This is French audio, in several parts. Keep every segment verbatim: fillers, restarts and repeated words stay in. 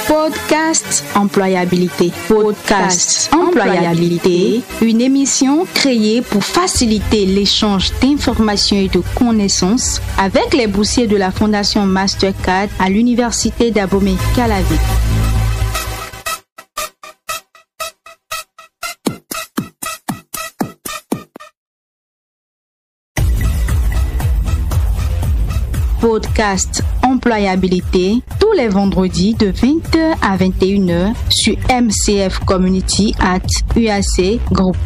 Podcast Employabilité. Podcast Employabilité, une émission créée pour faciliter l'échange d'informations et de connaissances avec les boursiers de la Fondation Mastercard à l'Université d'Abomey-Calavi. Podcast Employabilité tous les vendredis de vingt heures à vingt et une heures sur M C F Community at U A C Group.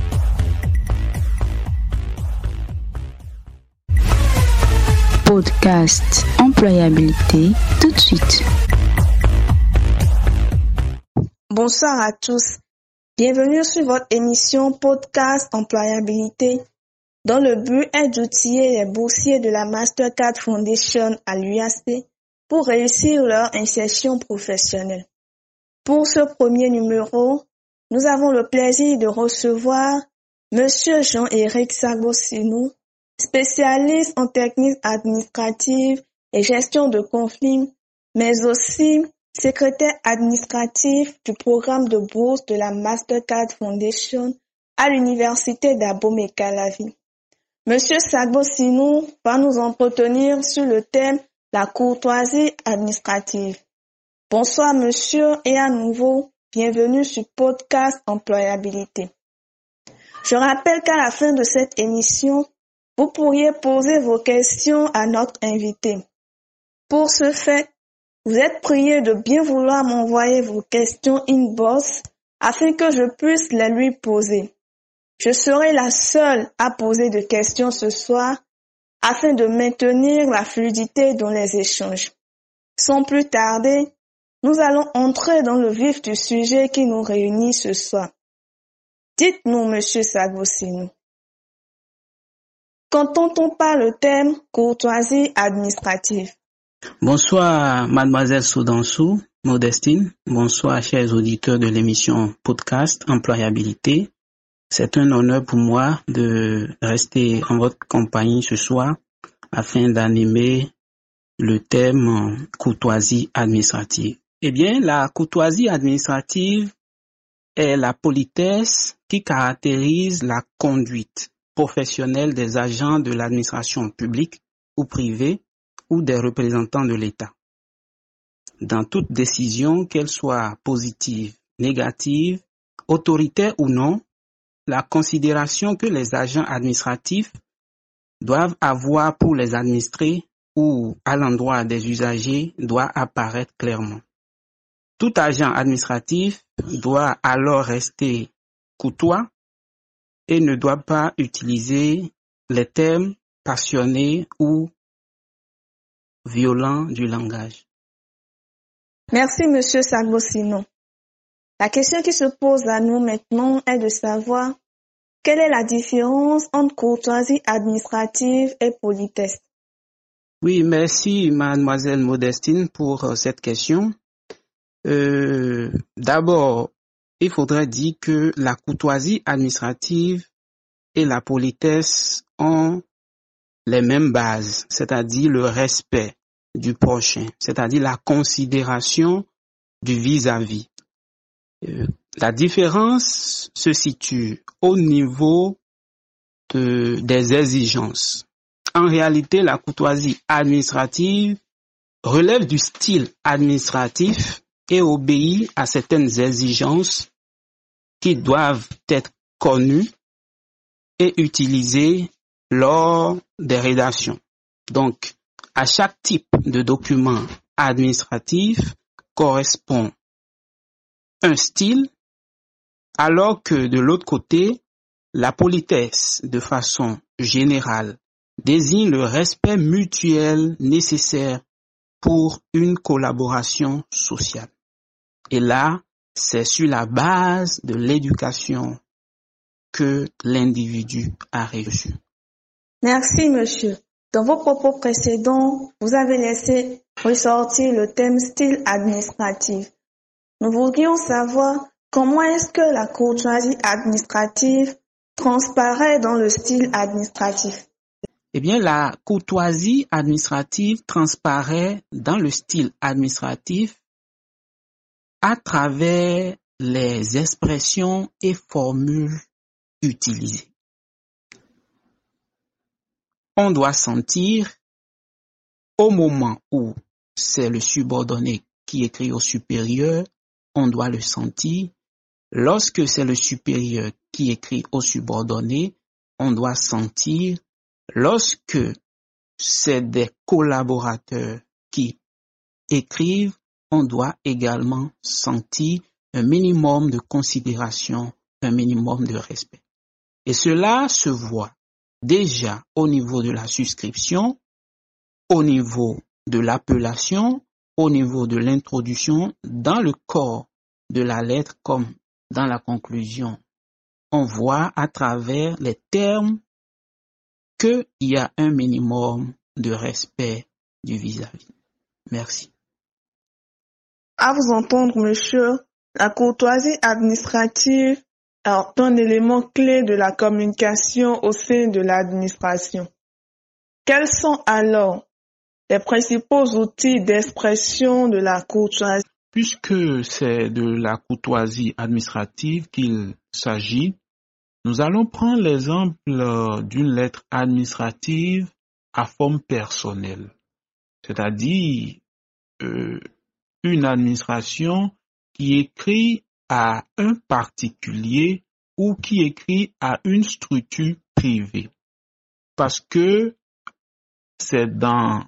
Podcast Employabilité tout de suite. Bonsoir à tous. Bienvenue sur votre émission Podcast Employabilité, dont le but est d'outiller les boursiers de la Mastercard Foundation à l'U A C pour réussir leur insertion professionnelle. Pour ce premier numéro, nous avons le plaisir de recevoir Monsieur Jean-Éric Sagbo-Sinou, spécialiste en techniques administratives et gestion de conflits, mais aussi secrétaire administratif du programme de bourse de la Mastercard Foundation à l'Université d'Abomey-Calavi. Monsieur Sagbo-Sinou va nous entretenir sur le thème la courtoisie administrative. Bonsoir monsieur et à nouveau, bienvenue sur Podcast Employabilité. Je rappelle qu'à la fin de cette émission, vous pourriez poser vos questions à notre invité. Pour ce fait, vous êtes prié de bien vouloir m'envoyer vos questions inbox afin que je puisse les lui poser. Je serai la seule à poser des questions ce soir afin de maintenir la fluidité dans les échanges. Sans plus tarder, nous allons entrer dans le vif du sujet qui nous réunit ce soir. Dites-nous, monsieur Sagbo-Sinou, qu'entend-on par le thème courtoisie administrative? Bonsoir, mademoiselle Soudansou, Modestine. Bonsoir, chers auditeurs de l'émission Podcast Employabilité. C'est un honneur pour moi de rester en votre compagnie ce soir afin d'animer le thème courtoisie administrative. Eh bien, la courtoisie administrative est la politesse qui caractérise la conduite professionnelle des agents de l'administration publique ou privée ou des représentants de l'État. Dans toute décision, qu'elle soit positive, négative, autoritaire ou non, la considération que les agents administratifs doivent avoir pour les administrés ou à l'endroit des usagers doit apparaître clairement. Tout agent administratif doit alors rester courtois et ne doit pas utiliser les termes passionnés ou violents du langage. Merci, monsieur Sagbo-Sinou. La question qui se pose à nous maintenant est de savoir quelle est la différence entre courtoisie administrative et politesse. Oui, merci mademoiselle Modestine pour cette question. Euh, d'abord, il faudrait dire que la courtoisie administrative et la politesse ont les mêmes bases, c'est-à-dire le respect du prochain, c'est-à-dire la considération du vis-à-vis. Euh, la différence se situe au niveau de, des exigences. En réalité, la courtoisie administrative relève du style administratif et obéit à certaines exigences qui doivent être connues et utilisées lors des rédactions. Donc, à chaque type de document administratif correspond un style, alors que de l'autre côté, la politesse, de façon générale, désigne le respect mutuel nécessaire pour une collaboration sociale. Et là, c'est sur la base de l'éducation que l'individu a reçu. Merci, monsieur. Dans vos propos précédents, vous avez laissé ressortir le thème style administratif. Nous voudrions savoir comment est-ce que la courtoisie administrative transparaît dans le style administratif. Eh bien, la courtoisie administrative transparaît dans le style administratif à travers les expressions et formules utilisées. On doit sentir au moment où c'est le subordonné qui écrit au supérieur, on doit le sentir. Lorsque c'est le supérieur qui écrit au subordonné, on doit sentir. Lorsque c'est des collaborateurs qui écrivent, on doit également sentir un minimum de considération, un minimum de respect. Et cela se voit déjà au niveau de la souscription, au niveau de l'appellation, au niveau de l'introduction, dans le corps de la lettre comme dans la conclusion. On voit à travers les termes qu'il y a un minimum de respect du vis-à-vis. Merci. À vous entendre, monsieur, la courtoisie administrative est un élément clé de la communication au sein de l'administration. Quels sont alors les principaux outils d'expression de la courtoisie? Puisque c'est de la courtoisie administrative qu'il s'agit, nous allons prendre l'exemple d'une lettre administrative à forme personnelle, c'est-à-dire euh, une administration qui écrit à un particulier ou qui écrit à une structure privée. Parce que c'est dans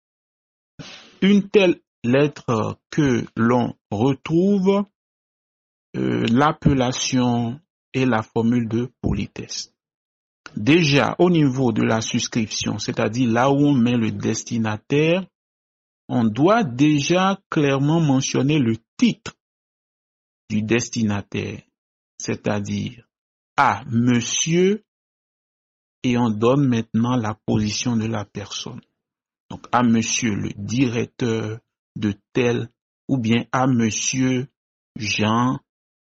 une telle lettre que l'on retrouve euh, l'appellation et la formule de politesse. Déjà, au niveau de la souscription, c'est-à-dire là où on met le destinataire, on doit déjà clairement mentionner le titre du destinataire, c'est-à-dire à monsieur, et on donne maintenant la position de la personne. Donc à monsieur le directeur de tel, ou bien à monsieur Jean,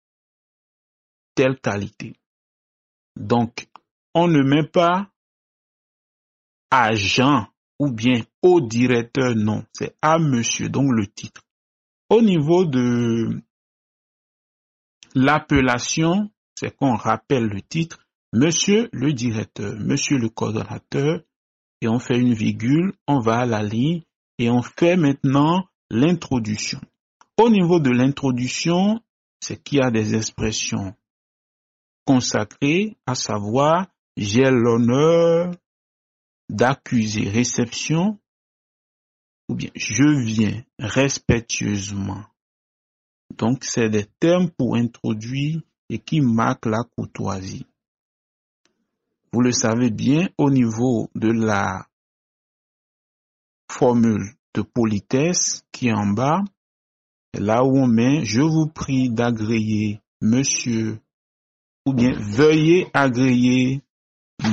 telle qualité. Donc, on ne met pas à Jean ou bien au directeur, non, c'est à monsieur, donc le titre. Au niveau de l'appellation, c'est qu'on rappelle le titre, monsieur le directeur, monsieur le coordonnateur, et on fait une virgule, on va à la ligne, et on fait maintenant l'introduction. Au niveau de l'introduction, c'est qu'il y a des expressions consacrées, à savoir, j'ai l'honneur d'accuser réception, ou bien je viens respectueusement. Donc, c'est des termes pour introduire et qui marquent la courtoisie. Vous le savez bien, au niveau de la formule de politesse qui est en bas, là où on met « Je vous prie d'agréer monsieur » ou bien « Veuillez agréer madame ».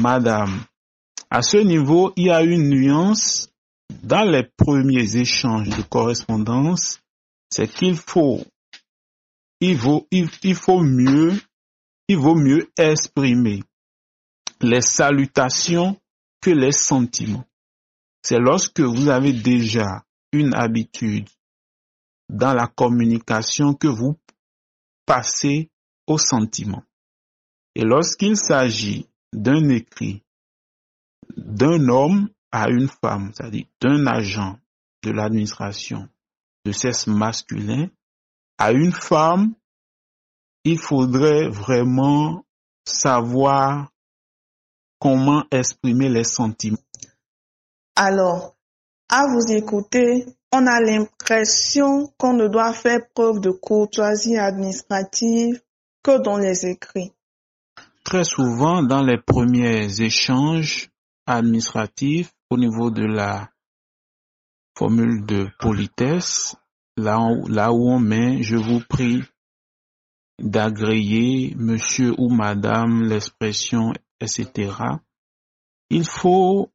À ce niveau, il y a une nuance dans les premiers échanges de correspondance, c'est qu'il faut, il vaut, il, il faut mieux, il vaut mieux exprimer les salutations que les sentiments. C'est lorsque vous avez déjà une habitude dans la communication que vous passez aux sentiments. Et lorsqu'il s'agit d'un écrit d'un homme à une femme, c'est-à-dire d'un agent de l'administration de sexe masculin à une femme, il faudrait vraiment savoir comment exprimer les sentiments. Alors, à vous écouter, on a l'impression qu'on ne doit faire preuve de courtoisie administrative que dans les écrits. Très souvent, dans les premiers échanges administratifs, au niveau de la formule de politesse, là où, là où on met « Je vous prie d'agréer monsieur ou madame », l'expression, et cetera. Il faut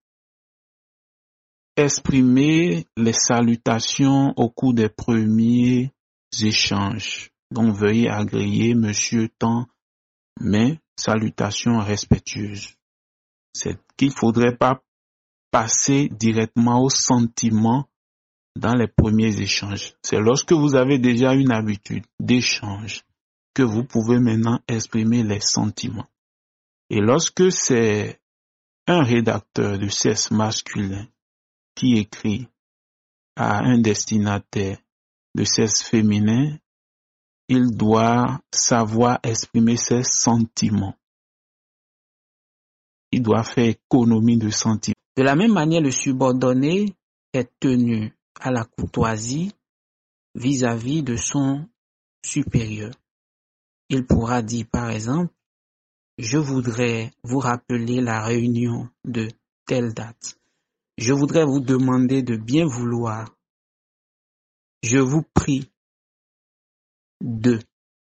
exprimer les salutations au cours des premiers échanges. Donc, veuillez agréer monsieur tant, mais salutations respectueuses. C'est qu'il ne faudrait pas passer directement au sentiment dans les premiers échanges. C'est lorsque vous avez déjà une habitude d'échange que vous pouvez maintenant exprimer les sentiments. Et lorsque c'est un rédacteur de sexe masculin qui écrit à un destinataire de sexe féminin, il doit savoir exprimer ses sentiments. Il doit faire économie de sentiments. De la même manière, le subordonné est tenu à la courtoisie vis-à-vis de son supérieur. Il pourra dire, par exemple, je voudrais vous rappeler la réunion de telle date. Je voudrais vous demander de bien vouloir. Je vous prie de.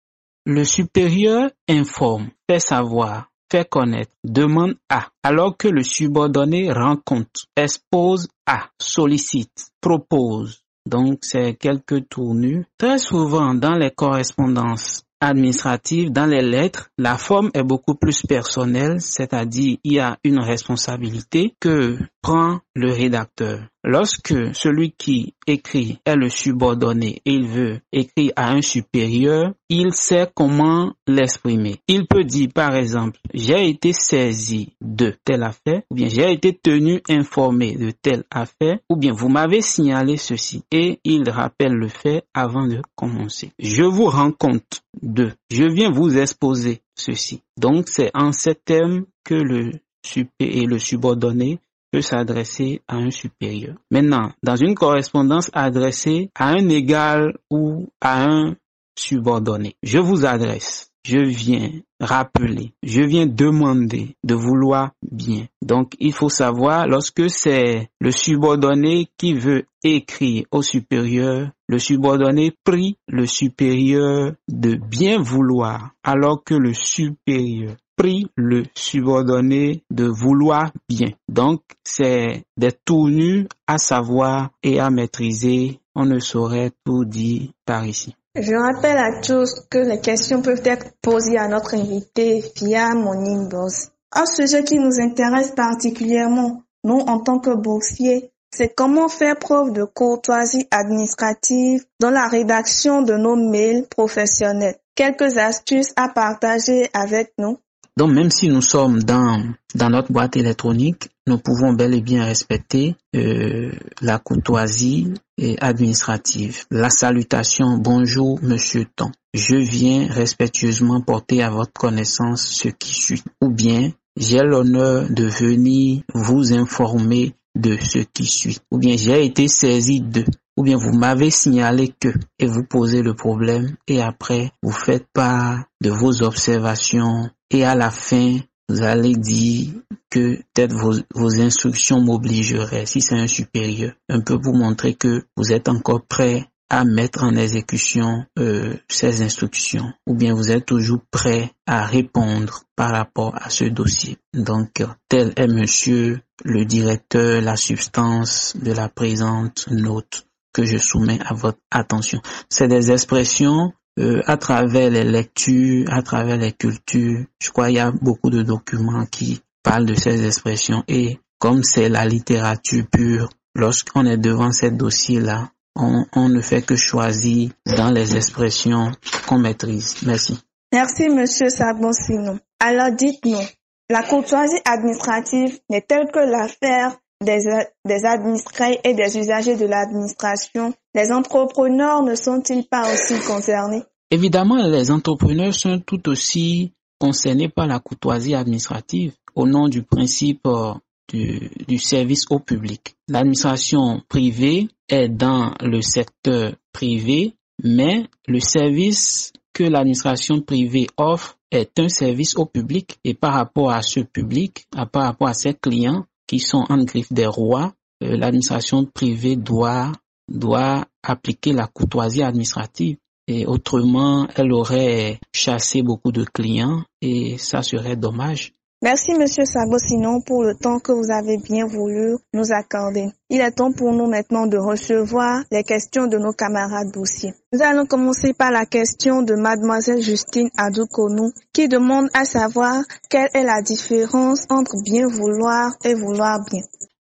Le supérieur informe, fait savoir, fait connaître, demande à, alors que le subordonné rend compte, expose à, sollicite, propose. Donc, c'est quelques tournures. Très souvent, dans les correspondances administratives, dans les lettres, la forme est beaucoup plus personnelle, c'est-à-dire il y a une responsabilité que prend le rédacteur. Lorsque celui qui écrit est le subordonné et il veut écrire à un supérieur, il sait comment l'exprimer. Il peut dire par exemple, j'ai été saisi de telle affaire, ou bien j'ai été tenu informé de telle affaire, ou bien vous m'avez signalé ceci, et il rappelle le fait avant de commencer. Je vous rends compte de, je viens vous exposer ceci. Donc c'est en ces termes que le supé et le subordonné peut s'adresser à un supérieur. Maintenant, dans une correspondance adressée à un égal ou à un subordonné, je vous adresse, je viens rappeler, je viens demander de vouloir bien. Donc, il faut savoir, lorsque c'est le subordonné qui veut écrire au supérieur, le subordonné prie le supérieur de bien vouloir, alors que le supérieur prie le subordonné de vouloir bien. Donc, c'est des tournures à savoir et à maîtriser. On ne saurait tout dire par ici. Je rappelle à tous que les questions peuvent être posées à notre invité via mon inbox. Un sujet qui nous intéresse particulièrement, nous en tant que boursiers, c'est comment faire preuve de courtoisie administrative dans la rédaction de nos mails professionnels. Quelques astuces à partager avec nous. Donc, même si nous sommes dans, dans notre boîte électronique, nous pouvons bel et bien respecter euh, la courtoisie et administrative. La salutation, bonjour Monsieur Tom. Je viens respectueusement porter à votre connaissance ce qui suit. Ou bien, j'ai l'honneur de venir vous informer de ce qui suit. Ou bien, j'ai été saisi de. Ou bien, vous m'avez signalé que. Et vous posez le problème. Et après, vous faites part de vos observations. Et à la fin, vous allez dire que peut-être vos, vos instructions m'obligeraient, si c'est un supérieur, un peu pour montrer que vous êtes encore prêt à mettre en exécution euh, ces instructions. Ou bien vous êtes toujours prêt à répondre par rapport à ce dossier. Donc, tel est monsieur le directeur, la substance de la présente note que je soumets à votre attention. C'est des expressions Euh, à travers les lectures, à travers les cultures. Je crois qu'il y a beaucoup de documents qui parlent de ces expressions et comme c'est la littérature pure, lorsqu'on est devant ces dossiers-là, on, on ne fait que choisir dans les expressions qu'on maîtrise. Merci. Merci, Monsieur Sabonsino. Alors dites-nous, la courtoisie administrative n'est-elle que l'affaire des, des administrés et des usagers de l'administration? Les entrepreneurs ne sont-ils pas aussi concernés? Évidemment, les entrepreneurs sont tout aussi concernés par la courtoisie administrative au nom du principe euh, du, du service au public. L'administration privée est dans le secteur privé, mais le service que l'administration privée offre est un service au public et par rapport à ce public, à par rapport à ses clients qui sont en griffe des rois, euh, l'administration privée doit doit appliquer la courtoisie administrative et autrement elle aurait chassé beaucoup de clients et ça serait dommage. Merci Monsieur Sabonsino pour le temps que vous avez bien voulu nous accorder. Il est temps pour nous maintenant de recevoir les questions de nos camarades boursiers. Nous allons commencer par la question de Mademoiselle Justine Adoukonou qui demande à savoir quelle est la différence entre bien vouloir et vouloir bien.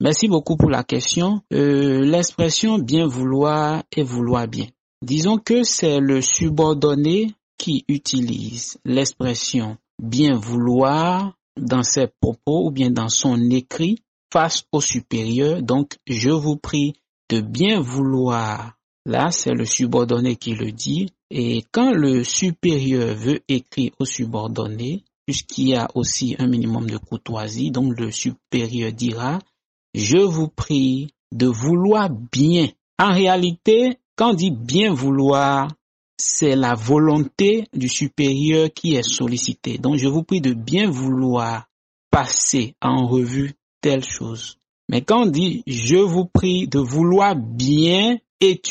Merci beaucoup pour la question. Euh, l'expression bien vouloir et vouloir bien. Disons que c'est le subordonné qui utilise l'expression bien vouloir dans ses propos ou bien dans son écrit face au supérieur. Donc, je vous prie de bien vouloir. Là, c'est le subordonné qui le dit. Et quand le supérieur veut écrire au subordonné, puisqu'il y a aussi un minimum de courtoisie, donc le supérieur dira « Je vous prie de vouloir bien ». En réalité, quand on dit bien vouloir, c'est la volonté du supérieur qui est sollicitée. Donc, je vous prie de bien vouloir passer en revue telle chose. Mais quand on dit « je vous prie de vouloir bien étudier »,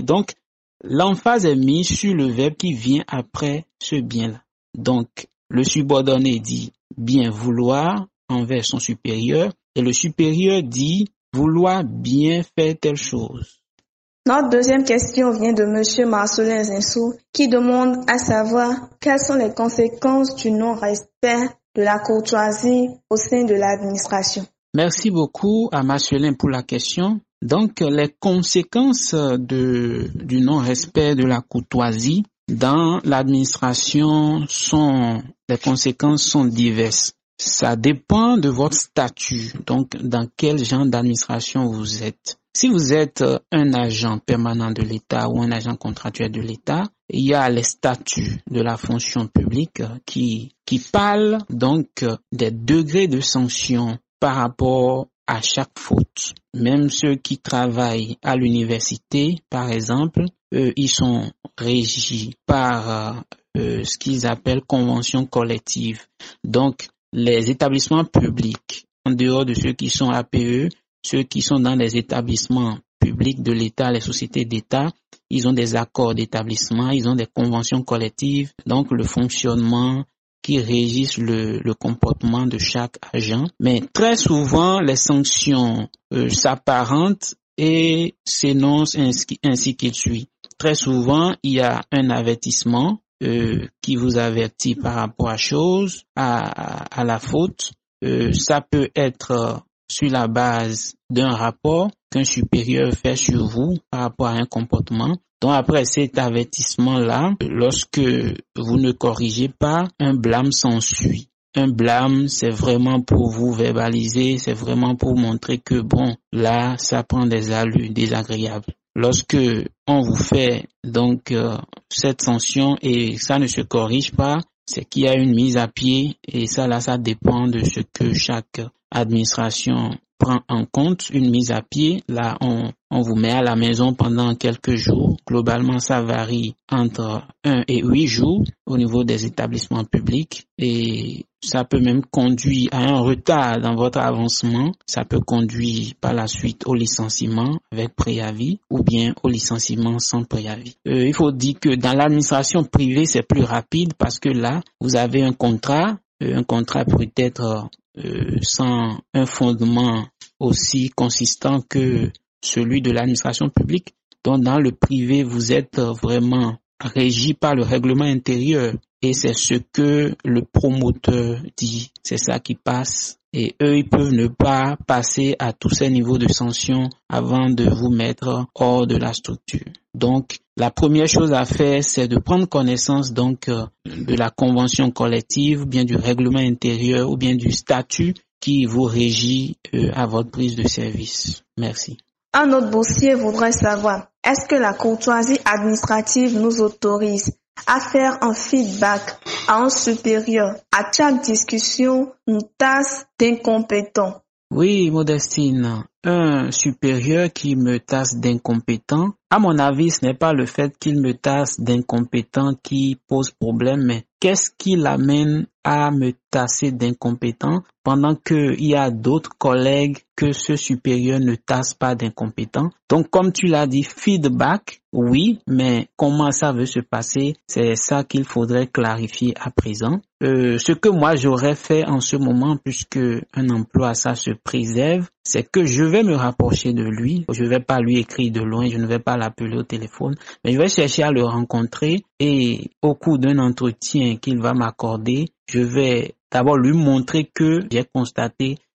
donc l'emphase est mise sur le verbe qui vient après ce bien-là. Donc, le subordonné dit « bien vouloir » envers son supérieur et le supérieur dit « vouloir bien faire telle chose ». Notre deuxième question vient de Monsieur Marcelin Zinsou qui demande à savoir quelles sont les conséquences du non-respect de la courtoisie au sein de l'administration. Merci beaucoup à Marcelin pour la question. Donc, les conséquences de, du non-respect de la courtoisie dans l'administration sont, les conséquences sont diverses. Ça dépend de votre statut, donc dans quel genre d'administration vous êtes. Si vous êtes un agent permanent de l'État ou un agent contractuel de l'État, il y a les statuts de la fonction publique qui, qui parlent donc des degrés de sanction par rapport à chaque faute. Même ceux qui travaillent à l'université, par exemple, eux, ils sont régis par euh, ce qu'ils appellent convention collective. Donc, les établissements publics, en dehors de ceux qui sont A P E, ceux qui sont dans les établissements publics de l'État, les sociétés d'État, ils ont des accords d'établissement, ils ont des conventions collectives, donc le fonctionnement qui régissent le, le comportement de chaque agent. Mais très souvent, les sanctions euh, s'apparentent et s'énoncent ainsi, ainsi qu'il suit. Très souvent, il y a un avertissement euh, qui vous avertit par rapport à chose, à, à, à la faute. Euh, ça peut être euh, sur la base d'un rapport qu'un supérieur fait sur vous par rapport à un comportement. Donc après cet avertissement-là, lorsque vous ne corrigez pas, un blâme s'ensuit. Un blâme, c'est vraiment pour vous verbaliser, c'est vraiment pour montrer que bon, là, ça prend des allures désagréables. Lorsque on vous fait donc euh, cette sanction et ça ne se corrige pas, c'est qu'il y a une mise à pied et ça là, ça dépend de ce que chaque administration prend en compte. Une mise à pied, là on, on vous met à la maison pendant quelques jours. Globalement, ça varie entre un et huit jours au niveau des établissements publics et ça peut même conduire à un retard dans votre avancement. Ça peut conduire par la suite au licenciement avec préavis ou bien au licenciement sans préavis. Euh, il faut dire que dans l'administration privée, c'est plus rapide parce que là, vous avez un contrat. Euh, un contrat peut être euh, sans un fondement aussi consistant que celui de l'administration publique. Donc, dans le privé, vous êtes vraiment régi par le règlement intérieur et c'est ce que le promoteur dit. C'est ça qui passe. Et eux, ils peuvent ne pas passer à tous ces niveaux de sanctions avant de vous mettre hors de la structure. Donc, la première chose à faire, c'est de prendre connaissance donc de la convention collective, ou bien du règlement intérieur, ou bien du statut qui vous régit euh, à votre prise de service. Merci. Un autre boursier voudrait savoir, est-ce que la courtoisie administrative nous autorise à faire un feedback à un supérieur à chaque discussion, une tasse d'incompétent? Oui, Modestine, un supérieur qui me tasse d'incompétent, à mon avis, ce n'est pas le fait qu'il me tasse d'incompétent qui pose problème, mais qu'est-ce qui l'amène à me tasser d'incompétent pendant qu'il y a d'autres collègues que ce supérieur ne tasse pas d'incompétent? Donc, comme tu l'as dit, feedback, oui, mais comment ça veut se passer? C'est ça qu'il faudrait clarifier à présent. Euh, ce que moi j'aurais fait en ce moment, puisque un emploi, ça se préserve, c'est que je vais me rapprocher de lui. Je ne vais pas lui écrire de loin, je ne vais pas l'appeler au téléphone, mais je vais chercher à le rencontrer et au cours d'un entretien qu'il va m'accorder, je vais d'abord lui montrer que j'ai constaté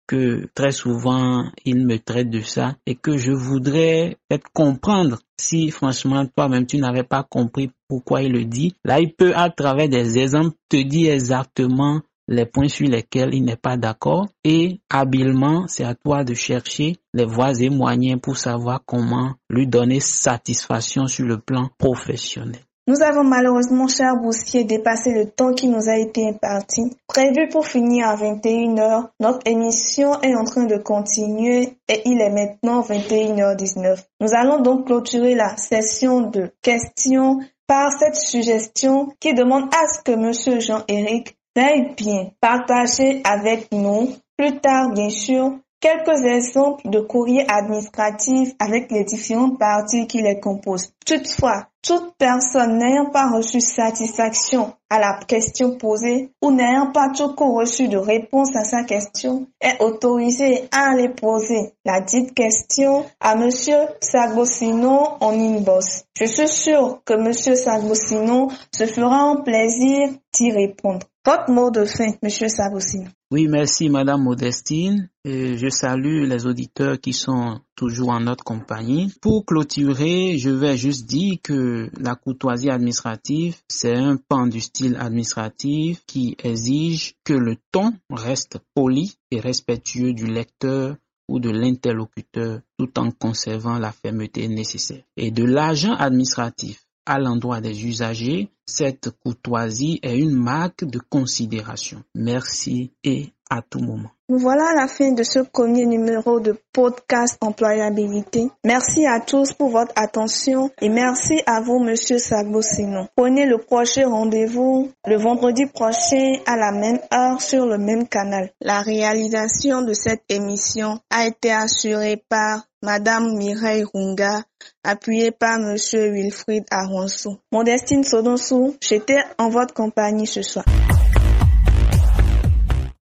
que très souvent il me traite de ça et que je voudrais peut-être comprendre si franchement toi-même tu n'avais pas compris pourquoi il le dit. Là, il peut à travers des exemples te dire exactement les points sur lesquels il n'est pas d'accord et habilement, c'est à toi de chercher les voies et moyens pour savoir comment lui donner satisfaction sur le plan professionnel. Nous avons malheureusement, chers boursiers, dépassé le temps qui nous a été imparti. Prévu pour finir à vingt et une heures, notre émission est en train de continuer et il est maintenant vingt et une heures dix-neuf. Nous allons donc clôturer la session de questions par cette suggestion qui demande à ce que Monsieur Jean-Éric veuille bien partager avec nous, plus tard bien sûr, quelques exemples de courriers administratifs avec les différentes parties qui les composent. Toutefois, toute personne n'ayant pas reçu satisfaction à la question posée ou n'ayant pas tout court reçu de réponse à sa question est autorisée à aller poser la dite question à Monsieur Sagbo-Sinon en inbox. Je suis sûr que Monsieur Sagbo-Sinon se fera un plaisir d'y répondre. Votre mot de fin, Monsieur Sagbo-Sinon. Oui, merci Madame Modestine. Et je salue les auditeurs qui sont toujours en notre compagnie. Pour clôturer, je vais juste dire que la courtoisie administrative, c'est un pan du style administratif qui exige que le ton reste poli et respectueux du lecteur ou de l'interlocuteur tout en conservant la fermeté nécessaire. Et de l'agent administratif à l'endroit des usagers, cette courtoisie est une marque de considération. Merci et à tout moment. Voilà la fin de ce premier numéro de podcast Employabilité. Merci à tous pour votre attention et merci à vous, Monsieur Sagbo-Sinon. Prenez le prochain rendez-vous le vendredi prochain à la même heure sur le même canal. La réalisation de cette émission a été assurée par Madame Mireille Runga, appuyée par Monsieur Wilfried Aronso. Modestine Sodonsou, j'étais en votre compagnie ce soir.